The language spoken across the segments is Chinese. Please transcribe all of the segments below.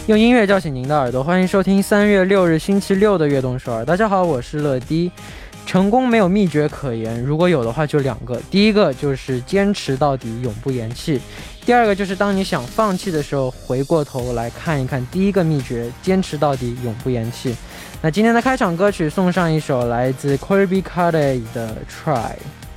用音乐叫醒您的耳朵，欢迎收听3月6日星期六的悦动首尔。大家好，我是乐迪。成功没有秘诀可言，如果有的话就2个。第一个就是坚持到底，永不言弃。第二个就是当你想放弃的时候，回过头来看一看第一个秘诀，坚持到底，永不言弃。那今天的开场歌曲送上一首来自 Colby Carter 的 Try。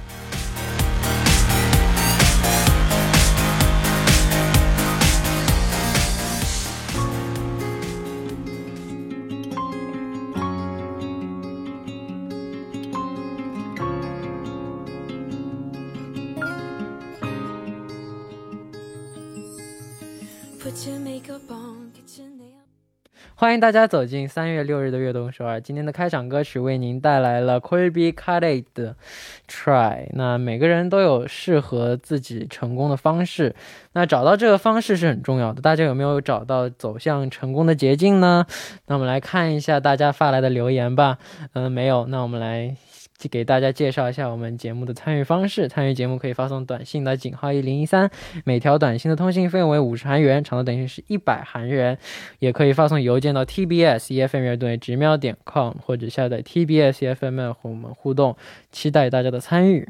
欢迎大家走进3月6日的悦动首尔。今天的开场歌曲为您带来了 Colby Carter 的 Try。 那每个人都有适合自己成功的方式，那找到这个方式是很重要的。大家有没有找到走向成功的捷径呢？那我们来看一下大家发来的留言吧。没有，那我们来给大家介绍一下我们节目的参与方式。参与节目可以发送短信到井号1013，每条短信的通信费用为50韩元，长度短信是100韩元。也可以发送邮件到 tbs.efm@gmail.com 或者下载 TBS EFM 和我们互动，期待大家的参与。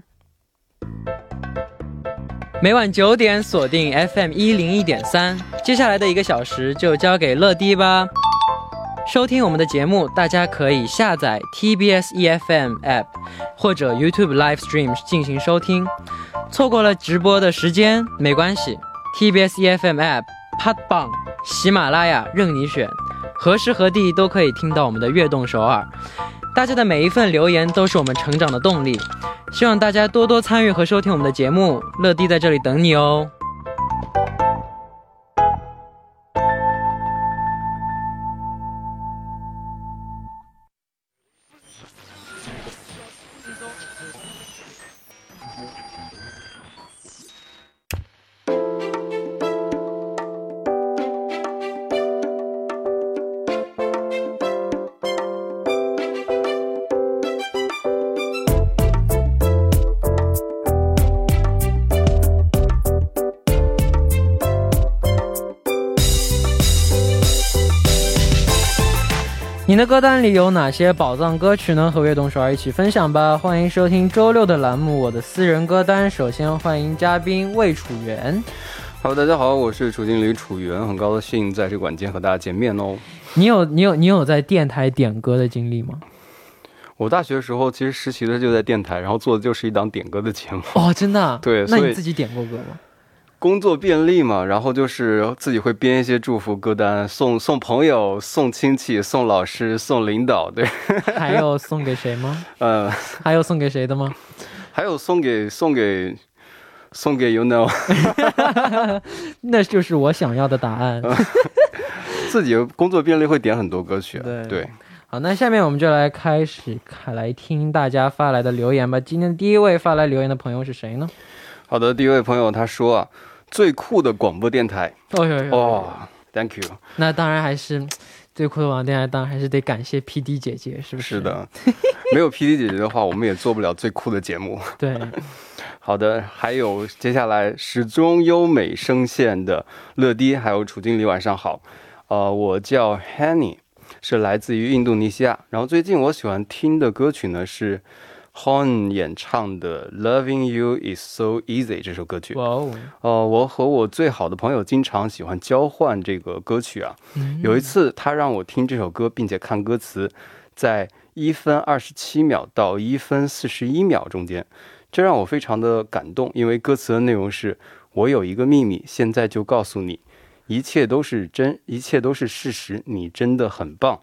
每晚9点锁定 FM101.3，接下来的1个小时就交给乐迪吧。收听我们的节目，大家可以下载 TBS EFM App 或者 YouTube Live Stream 进行收听。错过了直播的时间没关系， TBS EFM App、Podbbang、喜马拉雅任你选，何时何地都可以听到我们的悦动首尔。大家的每一份留言都是我们成长的动力，希望大家多多参与和收听我们的节目，乐迪在这里等你哦。你的歌单里有哪些宝藏歌曲呢？和悦动首尔一起分享吧。欢迎收听周六的栏目我的私人歌单。首先欢迎嘉宾魏楚元。 Hello， 大家好，我是楚经理楚元，很高兴在这个晚间和大家见面哦。 你有在电台点歌的经历吗？ 我大学的时候其实实习的就在电台，然后做的就是一档点歌的节目。 哦，真的啊？ 对。 那你自己点过歌吗？ 工作便利嘛，然后就是自己会编一些祝福歌单，送朋友、送亲戚、送老师、送领导。对。 还有送给谁吗？还有送给谁的吗？ 还有送给 you know 那就是我想要的答案。 自己工作便利会点很多歌曲。对。 好，那下面我们就来开始来听大家发来的留言吧。今天第一位发来留言的朋友是谁呢？ 好的，第一位朋友他说啊，最酷的广播电台。Thank you。 那当然还是最酷的广播电台，当然还是得感谢 PD 姐姐，是不是？ 是的。没有 PD 姐姐的话，我们也做不了最酷的节目。 对。 好的，还有接下来始终优美声线的乐迪，还有楚经理，晚上好。我叫 Henny， 是来自于印度尼西亚。然后最近我喜欢听的歌曲呢是Hon 演唱的 Loving You Is So Easy 这首歌曲。我和我最好的朋友经常喜欢交换这个歌曲啊。有一次他让我听这首歌并且看歌词，在1分27秒到1分41秒中间，这让我非常的感动，因为歌词的内容是：我有一个秘密，现在就告诉你，一切都是真，一切都是事实，你真的很棒。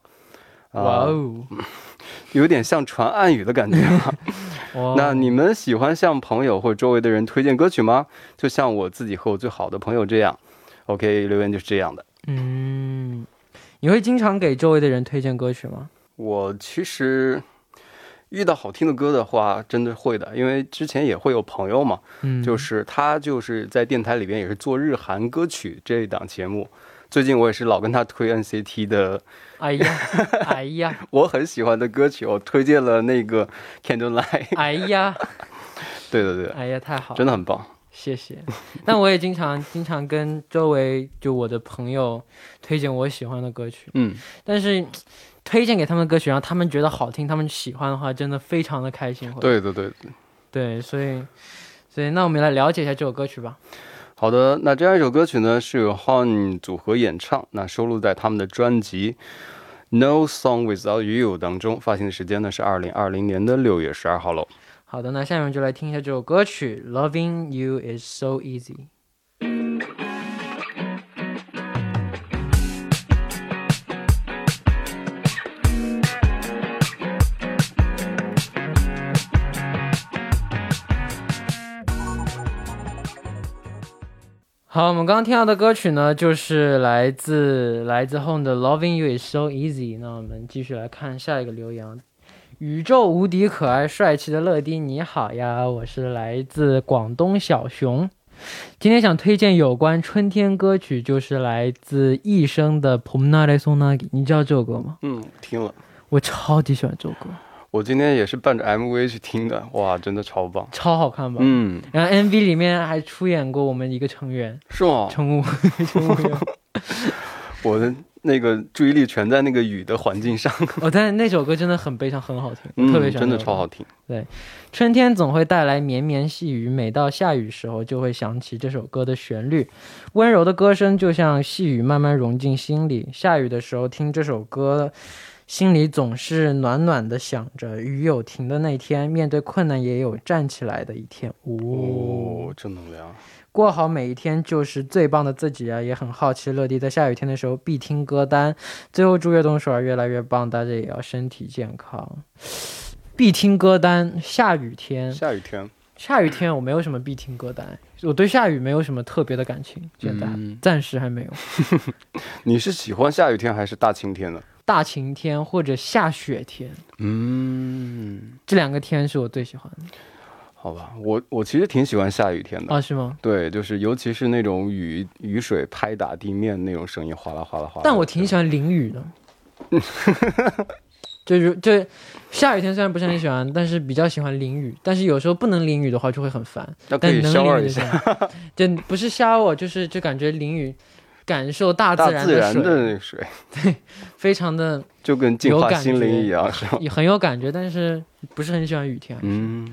有点像传暗语的感觉啊。那你们喜欢向朋友或周围的人推荐歌曲吗？就像我自己和我最好的朋友这样。OK， 留言就是这样的。 你会经常给周围的人推荐歌曲吗？ 我其实遇到好听的歌的话真的会的，因为之前也会有朋友嘛，就是他就是在电台里边也是做日韩歌曲这一档节目，最近我也是老跟他推 NCT 的哎呀我很喜欢的歌曲，我推荐了那个 Candlelight。 哎呀对对对， 哎呀太好， 真的很棒。 谢谢。但我也经常跟周围就我的朋友推荐我喜欢的歌曲，但是推荐给他们的歌曲，让他们觉得好听，他们喜欢的话，真的非常的开心。 对， 所以那我们来了解一下这首歌曲吧。 好的，那这样一首歌曲呢，是由 HON 组合演唱，那收录在他们的专辑No Song Without You 当中，发行的时间呢是2020年的6月12号喽。 好的，那下面就来听一下这首歌曲 Loving You Is So Easy。好，我们刚刚听到的歌曲呢，就是来自 HON 的 Loving You Is So Easy。那我们继续来看下一个留言。宇宙无敌可爱帅气的乐迪，你好呀，我是来自广东小熊。今天想推荐有关春天歌曲，就是来自一生的 봄날의 소나기。你知道这首歌吗？ 听了， 我超级喜欢这首歌。我今天也是伴着 MV 去听的，哇，真的超棒， 超好看吧？然后 MV 里面还出演过我们一个成员， 是吗？ 乘务员。 我的那个注意力全在那个雨的环境上。 但那首歌真的很悲伤，很好听，我特别喜欢。 真的超好听。 对，春天总会带来绵绵细雨，每到下雨时候就会想起这首歌的旋律，温柔的歌声就像细雨慢慢融进心里。下雨的时候听这首歌，心里总是暖暖的想着雨有停的那天，面对困难也有站起来的一天。 正能量。 过好每一天就是最棒的自己啊！也很好奇乐迪在下雨天的时候必听歌单。最后祝悦动首尔越来越棒，大家也要身体健康。必听歌单，下雨天我没有什么必听歌单，我对下雨没有什么特别的感情，暂时还没有。 你是喜欢下雨天还是大晴天呢？ 大晴天或者下雪天，这两个天是我最喜欢的。 好吧，我其实挺喜欢下雨天的。 是吗？ 对，就是尤其是那种雨水拍打地面那种声音，哗啦哗啦哗啦。 但我挺喜欢淋雨的。就下雨天虽然不是很喜欢，但是比较喜欢淋雨。但是有时候不能淋雨的话就会很烦。 那可以消一下。 就不是shower，就感觉淋雨，感受大自然的水。 对，非常的就跟净化心灵一样，是吧？ 也很有感觉，但是不是很喜欢雨天。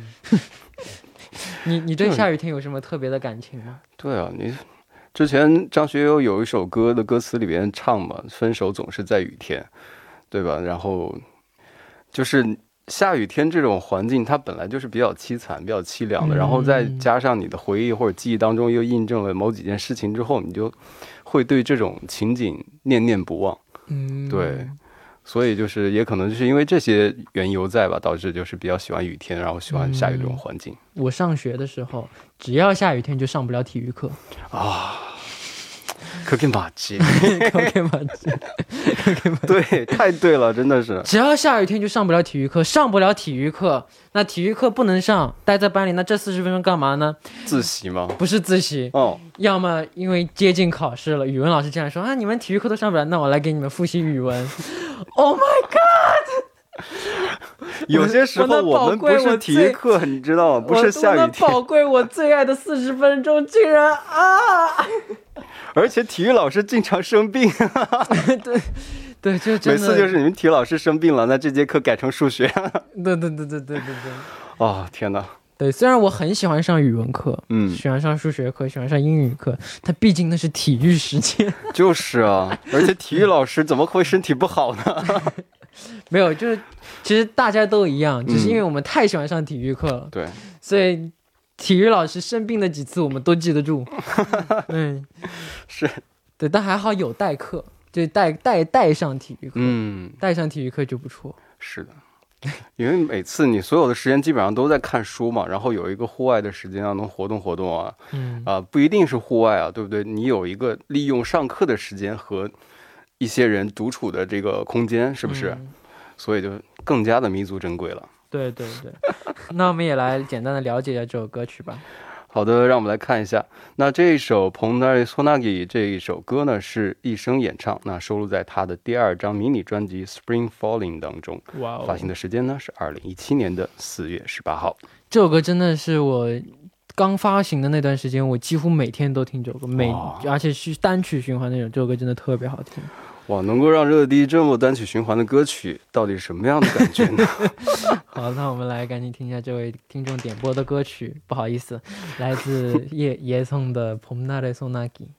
你对下雨天有什么特别的感情吗？ 对啊，你之前张学友有一首歌的歌词里边唱嘛，分手总是在雨天，对吧？然后就是下雨天这种环境，它本来就是比较凄惨、比较凄凉的，然后再加上你的回忆或者记忆当中又印证了某几件事情之后，你就会对这种情景念念不忘。对。所以就是也可能就是因为这些缘由在吧，导致就是比较喜欢雨天，然后喜欢下雨这种环境。 我上学的时候，只要下雨天就上不了体育课啊。그게 맞지。对，太对了，真的是。 只要下雨天就上不了体育课，那体育课不能上，待在班里，那这40分钟干嘛呢？ 自习吗？ 不是自习，要么因为接近考试了，语文老师竟然说你们体育课都上不了，那我来给你们复习语文。Oh my god！ 有些时候我们不是体育课，你知道吗？不是下雨天。 宝贵我最爱的40分钟，竟然而且体育老师经常生病。 对，就真的每次就是你们体育老师生病了，那这节课改成数学。 对。 天哪！ 对，虽然我很喜欢上语文课，喜欢上数学课，喜欢上英语课，但毕竟那是体育时间。就是啊，而且体育老师怎么会身体不好呢？ 没有，就是其实大家都一样，只是因为我们太喜欢上体育课了。 对， 所以体育老师生病的几次我们都记得住。 是， 对，但还好有代课，就带上体育课，带上体育课就不错。 是的。因为每次你所有的时间基本上都在看书嘛，然后有一个户外的时间能活动活动啊，不一定是户外啊，对不对？你有一个利用上课的时间和一些人独处的这个空间，是不是？所以就更加的弥足珍贵了。 对，那我们也来简单的了解一下这首歌曲吧。 好的，让我们来看一下。那这一首 봄날의 소나기 这一首歌呢，是一生演唱，那收录在他的第2张迷你专辑 Spring Falling 当中。发行的时间呢是2017年的4月18号。 这首歌真的是我刚发行的那段时间，我几乎每天都听这首歌，而且是单曲循环那种，这首歌真的特别好听。 哇，能够让热滴这么单曲循环的歌曲，到底什么样的感觉呢？ 好，那我们来赶紧听一下这位听众点播的歌曲，不好意思，来自예성的봄날의 소나기。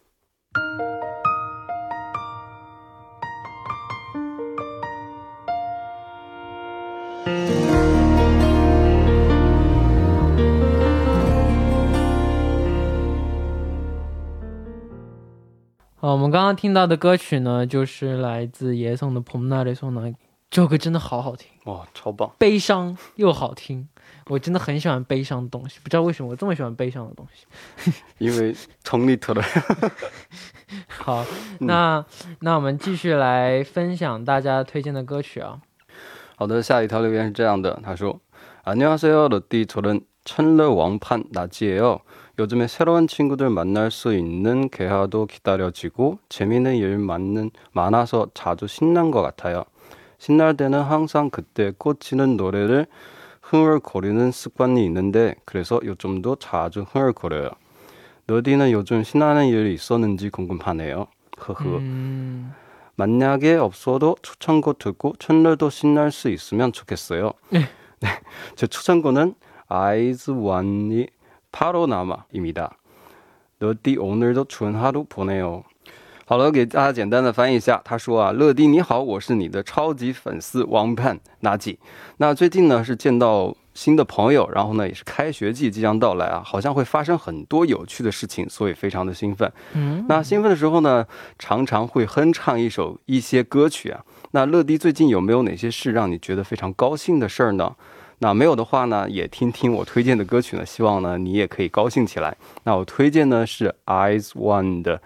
好，我们刚刚听到的歌曲呢，就是来自예성的봄날의 소나기。这首歌真的好好听， 哇，超棒， 悲伤又好听。我真的很喜欢悲伤的东西，不知道为什么我这么喜欢悲伤的东西。 因为同理特的。 好，那我们继续来分享大家推荐的歌曲啊。 好的，下一条留言是这样的，他说안녕하세요 러디 저는 챈러 왕판 나지예요. 요즘에 새로운 친구들 만날 수 있는 개화도 기다려지고 재미있는 일 많아서 자주 신난 것 같아요. 신날 때는 항상 그때 꽂히는 노래를 흥얼거리는 습관이 있는데 그래서 요즘도 자주 흥얼거려요. 너디는 요즘 신나는 일이 있었는지 궁금하네요. 흐흐. 만약에 없어도 추천곡 듣고 챈러도 신날 수 있으면 좋겠어요. 네, 제 추천곡은 아이즈원이 파로나마입니다. 너디 오늘도 좋은 하루 보내요. 好了，给大家简单的翻译一下。他说啊，乐迪你好，我是你的超级粉丝王盼纳吉。那最近呢是见到新的朋友，然后呢也是开学季即将到来啊，好像会发生很多有趣的事情，所以非常的兴奋。那兴奋的时候呢，常常会哼唱一些歌曲啊。那乐迪最近有没有哪些事让你觉得非常高兴的事儿呢？那没有的话呢，也听听我推荐的歌曲呢，希望呢你也可以高兴起来。那我推荐呢是 IZ*ONE 的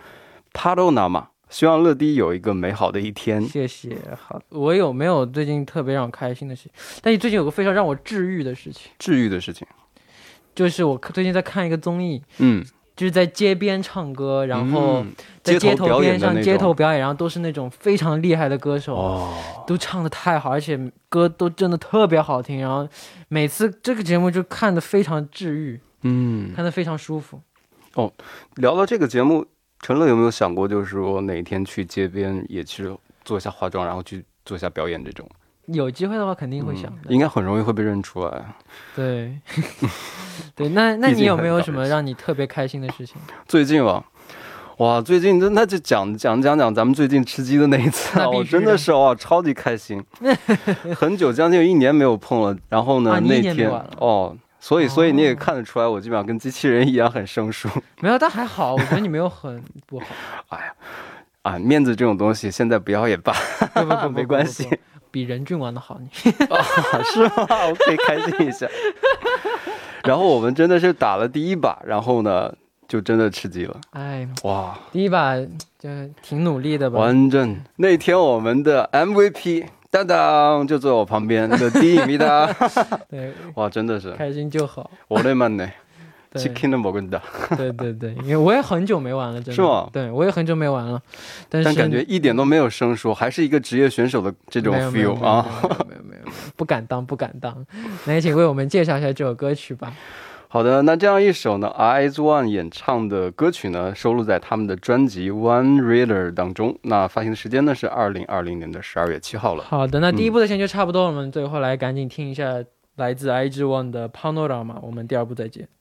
파로나마，希望乐迪有一个美好的一天。 谢谢。好，我有没有最近特别让我开心的事情？但是最近有个非常让我治愈的事情。 治愈的事情， 就是我最近在看一个综艺，就是在街边唱歌，然后在街头边上街头表演，然后都是那种非常厉害的歌手，都唱得太好，而且歌都真的特别好听。然后每次这个节目就看得非常治愈，看得非常舒服。 哦，聊到这个节目。陈乐有没有想过，就是说哪天去街边也去做一下化妆，然后去做一下表演这种？ 有机会的话肯定会想的， 应该很容易会被认出来。 对，对，那你有没有什么让你特别开心的事情？ 最近啊，哇，最近那就讲咱们最近吃鸡的那一次啊，我真的是哇超级开心，很久将近1年没有碰了，然后呢那天所以你也看得出来，我基本上跟机器人一样很生疏。 没有，但还好，我觉得你没有很不好。 哎呀，面子这种东西，现在不要也罢， 不没关系。 比任俊玩的好，你是吗？我可以开心一下。然后我们真的是打了第一把，然后呢，就真的吃鸡了。哎，哇， 第一把就挺努力的吧？ 完整。那天我们的 MVP。当当就坐我旁边的第一名的，对，哇，真的是开心就好。 오랜만에 치킨을 먹는다。 对，因为我也很久没玩了，真的。 是吗？ 对，我也很久没玩了，但感觉一点都没有生疏，还是一个职业选手的这种 feel 啊。 没有，不敢当。那也请为我们介绍一下这首歌曲吧。 好的，那这样一首呢 IZ*ONE 演唱的歌曲呢，收录在他们的专辑 One Reader 当中。那发行的时间呢是2020年的12月7号了。 好的，那第一部的先就差不多了，我们最后来赶紧听一下来自 IZ*ONE 的 Panorama， 我们第二部再见。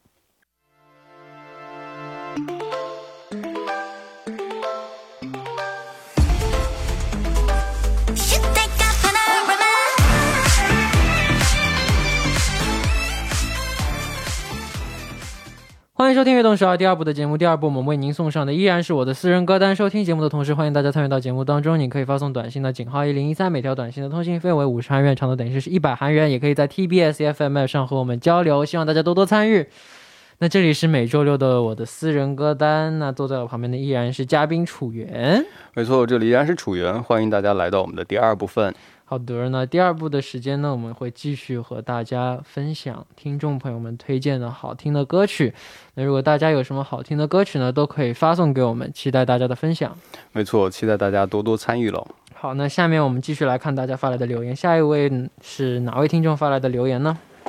欢迎收听悦动12第二部的节目。第二部我们为您送上的依然是我的私人歌单。收听节目的同时，欢迎大家参与到节目当中。你可以发送短信到井号1013，每条短信的通信费为50韩元，长度等于是100韩元。也可以在 TBS FML 上和我们交流，希望大家多多参与。那这里是每周六的我的私人歌单。那坐在我旁边的依然是嘉宾楚源。 没错，这里依然是楚源，欢迎大家来到我们的第二部分。 好的，那第二部的时间呢，我们会继续和大家分享听众朋友们推荐的好听的歌曲。那如果大家有什么好听的歌曲呢，都可以发送给我们，期待大家的分享。 没错，期待大家多多参与了。 好，那下面我们继续来看大家发来的留言。下一位是哪位听众发来的留言呢？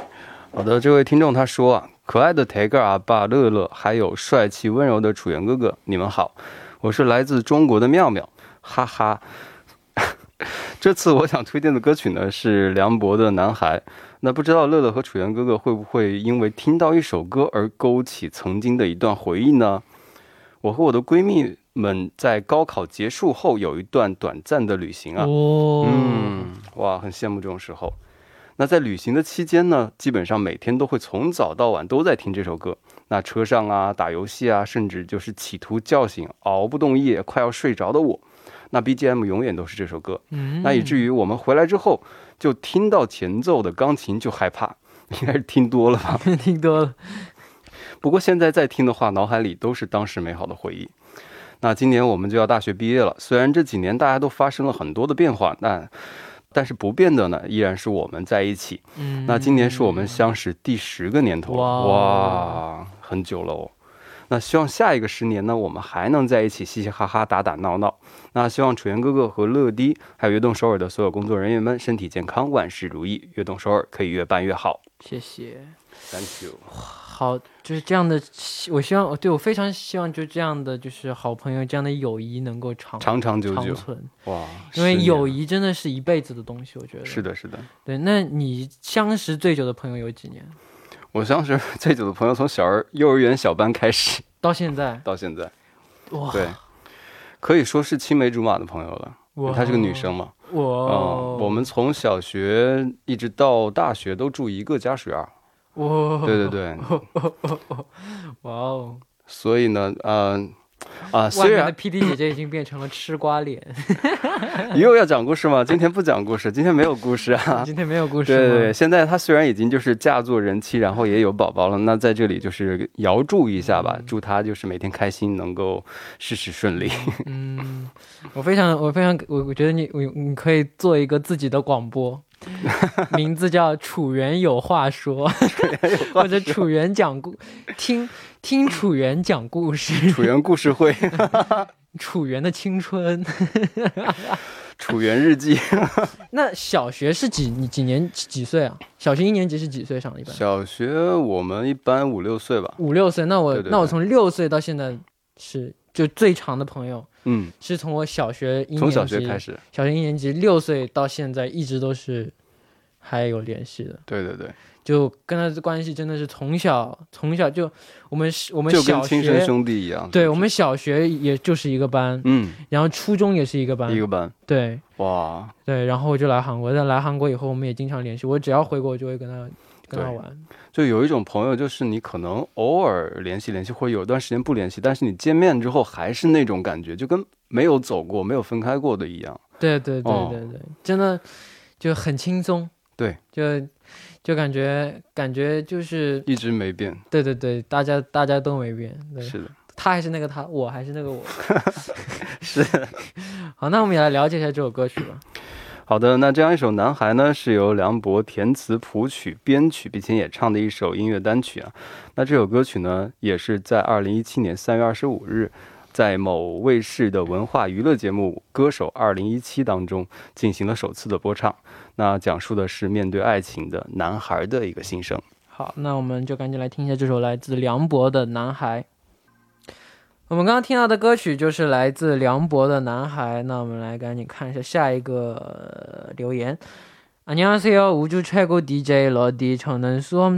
好的，这位听众他说啊，可爱的 Tiger 阿爸乐乐，还有帅气温柔的楚原哥哥，你们好，我是来自中国的妙妙，哈哈。这次我想推荐的歌曲呢是梁博的《男孩》。那不知道乐乐和楚原哥哥会不会因为听到一首歌而勾起曾经的一段回忆呢？我和我的闺蜜们在高考结束后有一段短暂的旅行啊，哇，很羡慕这种时候。那在旅行的期间呢，基本上每天都会从早到晚都在听这首歌。那车上啊，打游戏啊，甚至就是企图叫醒熬不动夜、快要睡着的我。那 BGM 永远都是这首歌，那以至于我们回来之后就听到前奏的钢琴就害怕，应该是听多了吧？ 听多了。 不过现在再听的话，脑海里都是当时美好的回忆。那今年我们就要大学毕业了，虽然这几年大家都发生了很多的变化，但是不变的呢，依然是我们在一起。那今年是我们相识第10个年头了，哇，很久了哦。那希望下一个10年呢，我们还能在一起嘻嘻哈哈、打打闹闹。那希望楚原哥哥和乐迪，还有悦动首尔的所有工作人员们身体健康，万事如意。悦动首尔可以越办越好。 谢谢 ，Thank you。 好，就是这样的，我希望，对，我非常希望就这样的，就是好朋友这样的友谊能够长久存。哇，因为友谊真的是一辈子的东西，我觉得。是的，是的。对，那你相识最久的朋友有几年？ 我相识最久的朋友从幼儿园小班开始， 到现在， 哇，对，可以说是青梅竹马的朋友了。她是个女生嘛，我们从小学一直到大学都住一个家属院。哇，对对对，哇哦，所以呢， 虽然 PD 姐姐已经变成了吃瓜脸， 又要讲故事吗？今天不讲故事，今天没有故事啊。 今天没有故事。 对对，现在她虽然已经就是嫁作人妻，然后也有宝宝了，那在这里就是遥祝一下吧，祝她就是每天开心，能够事事顺利。 我觉得你可以做一个自己的广播。名字叫楚原有话说，或者楚原讲听楚原讲故事， 楚原故事会， 楚原的青春， 楚原日记。 那小学是几岁啊？小学1年级是几岁上的？一般小学我们一般5、6岁吧。 5、6岁，那我从6岁到现在是就最长的朋友。是从我小学1年级开始， 小学1年级6岁到现在一直都是还有联系的。 对对对， 就跟他的关系真的是从小就我们小学就跟亲生兄弟一样。 对，我们小学也就是一个班，然后初中也是一个班，对，哇，对，然后我就来韩国，但来韩国以后我们也经常联系，我只要回国我就会跟他玩。 就有一种朋友，就是你可能偶尔联系，或者有段时间不联系，但是你见面之后还是那种感觉，就跟没有走过、没有分开过的一样。 对，真的就很轻松。对，就感觉就是一直没变。 对，大家都没变。 是的， 他还是那个他，我还是那个我。 是。 好，那我们也来了解一下这首歌曲吧。 好的，那这样一首《男孩》呢，是由梁博填词谱曲编曲并且演唱的一首音乐单曲啊。那这首歌曲呢，也是在2017年3月25日，在某卫视的文化娱乐节目《歌手2017》当中进行了首次的播唱。那讲述的是面对爱情的男孩的一个心声。 好，那我们就赶紧来听一下这首来自梁博的《男孩》。我们刚刚听到的歌曲就是来自梁博的《男孩》。那我们来赶紧看一下下一个留言。안녕하세요. 우주 최고 DJ 러디. 저는 수험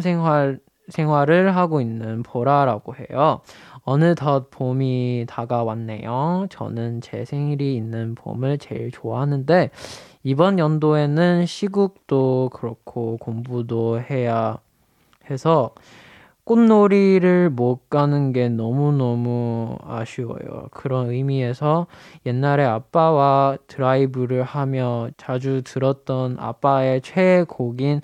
생활을 하고 있는 보라라고 해요. 어느덧 봄이 다가왔네요. 저는 제 생일이 있는 봄을 제일 좋아하는데 이번 연도에는 시국도 그렇고 공부도 해야 해서 꽃놀이를 못 가는 게 너무너무 아쉬워요. 그런 의미에서 옛날에 아빠와 드라이브를 하며 자주 들었던 아빠의 최애곡인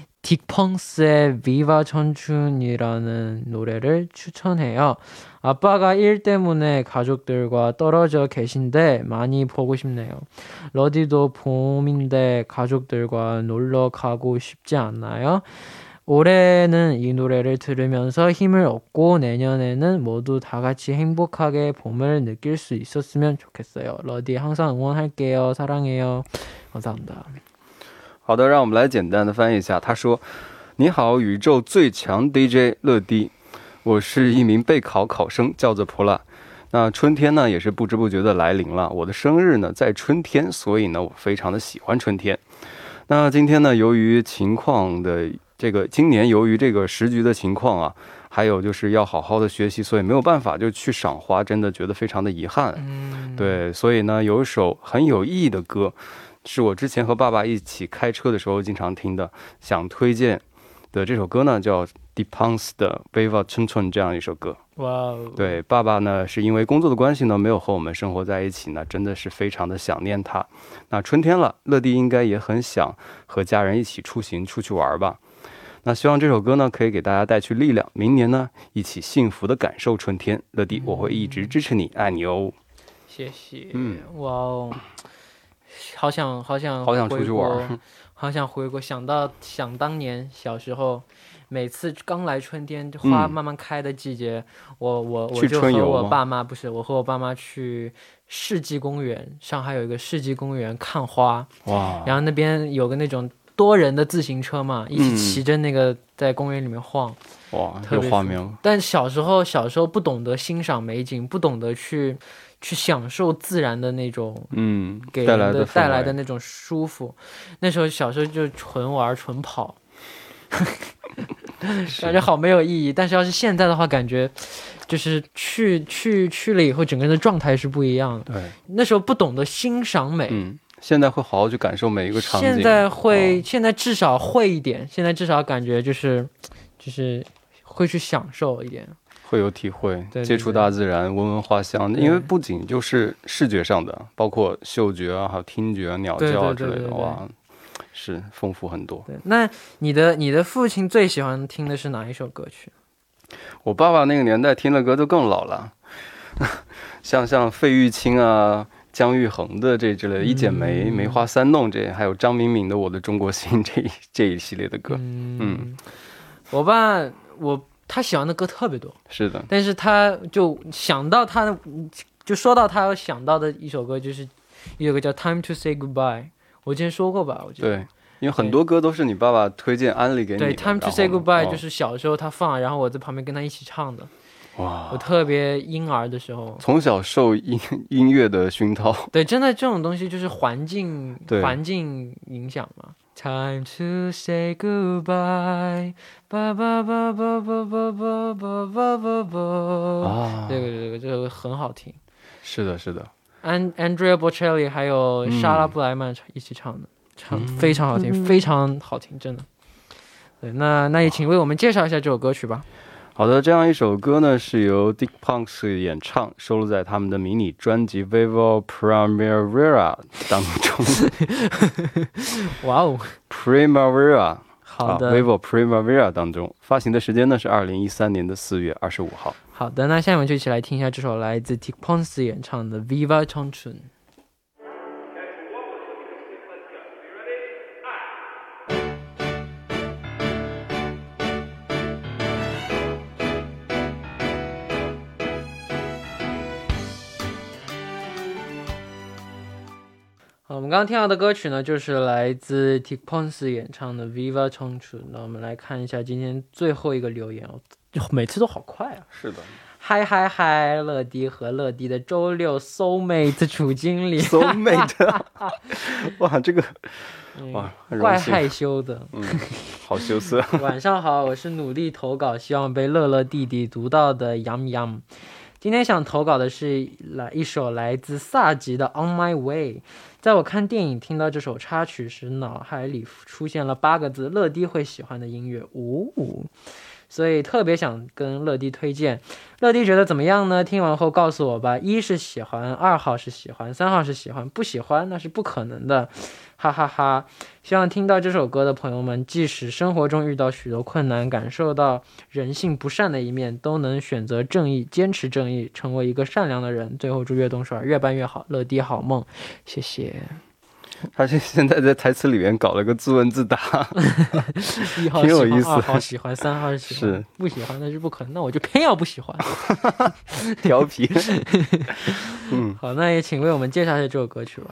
딕펑스의 비바 청춘이라는 노래를 추천해요. 아빠가 일 때문에 가족들과 떨어져 계신데 많이 보고 싶네요. 러디도 봄인데 가족들과 놀러 가고 싶지 않나요? 올해는 이 노래를 들으면서 힘을 얻고 내년에는 모두 다 같이 행복하게 봄을 느낄 수 있었으면 좋겠어요. 러디 항상 응원할게요. 사랑해요. 감사합니다. 好的，让我们来简单的翻译一下。他说你好，宇宙最强 DJ 乐迪，我是一名备考考生，叫做普拉。那春天呢，也是不知不觉的来临了。我的生日呢，在春天，所以呢，我非常的喜欢春天。那今天呢，由于情况的今年由于这个时局的情况啊，还有就是要好好的学习，所以没有办法就去赏花，真的觉得非常的遗憾。对，所以呢，有一首很有意义的歌，是我之前和爸爸一起开车的时候经常听的，想推荐的这首歌呢，叫 Deep Punk 的 Viva 春春这样一首歌。 哇， 对，爸爸呢是因为工作的关系呢，没有和我们生活在一起呢，真的是非常的想念他。那春天了，乐迪应该也很想和家人一起出去玩吧。那希望这首歌呢可以给大家带去力量，明年呢一起幸福的感受春天。乐迪，我会一直支持你，爱你哦。 谢谢。哇哦，好想出去玩， 好想回国。想当年小时候，每次刚来春天花慢慢开的季节，我就和我爸妈我和我爸妈去世纪公园，上海有一个世纪公园看花。哇！然后那边有个那种多人的自行车嘛，一起骑着那个在公园里面晃。 哇，这画面！ 但小时候不懂得欣赏美景，不懂得去享受自然的那种给人带来的那种舒服。那时候小时候就纯玩纯跑，感觉好没有意义。但是要是现在的话，感觉就是去了以后，整个人的状态是不一样的。对，那时候不懂得欣赏美。 现在会好好去感受每一个场景。 现在至少会一点，现在至少感觉就是会去享受一点， 会有体会，接触大自然，闻闻花香。因为不仅就是视觉上的，包括嗅觉啊，还有听觉啊，鸟叫啊之类的，哇，是丰富很多。 对，那你的父亲最喜欢听的是哪一首歌曲？ 我爸爸那个年代听的歌都更老了，像费玉清啊、姜育恒的这之类的，一剪梅、梅花三弄这，还有张明敏的《我的中国心》这一系列的歌。 我爸他喜欢的歌特别多， 是的， 但是他就说到他想到的一首歌，就是一首歌叫《Time to Say Goodbye》，我之前说过吧？我觉得对，因为很多歌都是你爸爸推荐安利给你的。 对，《Time to Say Goodbye》就是小时候他放，然后我在旁边跟他一起唱的。哇！我特别婴儿的时候， 从小受音乐的熏陶。 对，真的这种东西就是环境影响嘛。Time to say goodbye， 吧吧吧吧吧吧吧吧吧吧。这个很好听。 是的，是的。 Andrea Bocelli 还有莎拉布莱曼一起唱的，非常好听，非常好听，真的。对，那也请为我们介绍一下这首歌曲吧。 好的，这样一首歌呢是由 Deep Punk 演唱，收录在他们的迷你专辑 Viva Primavera 当中。 哇哦 ，Primavera， 好的 ，Viva Primavera 当中发行的时间呢是2013年的4月25号。 好的，那下面我们就一起来听一下这首来自 Deep Punk 演唱的 Viva Changchun。我们刚刚听到的歌曲呢，就是来自 Deep Punk 演唱的 Viva Changchun。那我们来看一下今天最后一个留言，每次都好快啊。 是的。 嗨嗨嗨，乐迪和乐迪的周六 soulmate 处经理。 soulmate， 哇，这个哇， 怪害羞的， 好羞涩。 晚上好，我是努力投稿，希望被乐乐弟弟读到的 Yum Yum。今天想投稿的是一首来自萨吉的 On My Way。在我看电影听到这首插曲时，脑海里出现了8个字，乐迪会喜欢的音乐，所以特别想跟乐迪推荐。乐迪觉得怎么样呢？听完后告诉我吧。1是喜欢，2号是喜欢，3号是喜欢，不喜欢那是不可能的，哈哈哈。希望听到这首歌的朋友们，即使生活中遇到许多困难，感受到人性不善的一面，都能选择正义，坚持正义，成为一个善良的人。最后祝悦动手越办越好，乐迪好梦，谢谢。 他现在在台词里面搞了个自问自答 ，1号喜欢，2号喜欢，3号喜欢，是不喜欢那是不可能，那我就偏要不喜欢。 调皮。 好，那也请为我们介绍一下这首歌曲吧。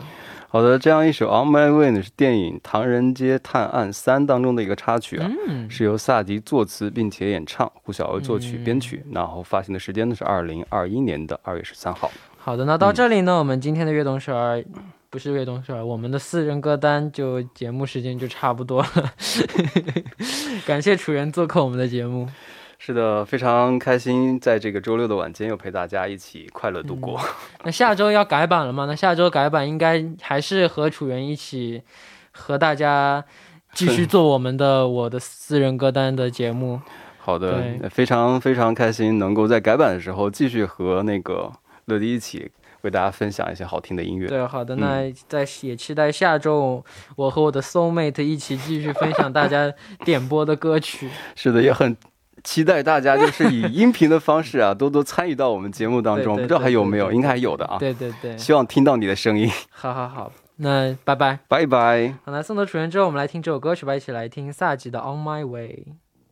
好的，这样一首《On My Way》呢是电影《唐人街探案3》当中的一个插曲啊，是由萨迪作词并且演唱，胡小欧作曲编曲，然后发行的时间呢是2021年的2月13号。 好的，那到这里呢，我们今天的悦动首尔不是悦动首尔，我们的4人歌单就节目时间就差不多了。感谢楚源做客我们的节目。 是的，非常开心在这个周六的晚间又陪大家一起快乐度过。 那下周要改版了吗？那下周改版应该还是和楚源一起和大家继续做我的4人歌单的节目。 好的，非常非常开心能够在改版的时候继续和那个乐迪一起为大家分享一些好听的音乐。 对，好的，那也期待下周我和我的 soulmate 一起继续分享大家点播的歌曲。 是的，也很期待大家就是以音频的方式啊，多多参与到我们节目当中。不知道还有没有，应该还有的啊。 对对对， 希望听到你的声音。 好好好，那拜拜拜拜。 好，那送走楚源之后，我们来听这首歌曲吧，一起来听萨吉的 On My Way。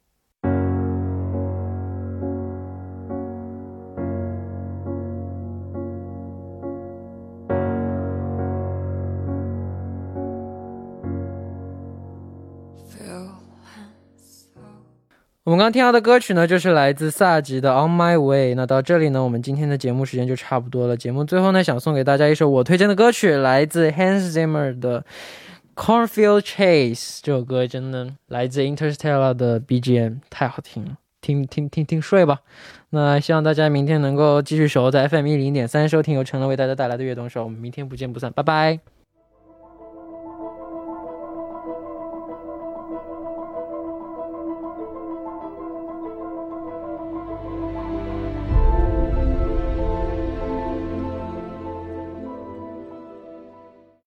我们刚刚听到的歌曲呢，就是来自萨吉的 On My Way。 那到这里呢，我们今天的节目时间就差不多了。节目最后呢，想送给大家一首我推荐的歌曲，来自 Hans Zimmer 的 Cornfield Chase。 这首歌真的来自 Interstellar 的 BGM， 太好听了，听睡吧。那希望大家明天能够继续守候在 FM 100.3收听由陈乐为大家带来的悦动首，我们明天不见不散，拜拜。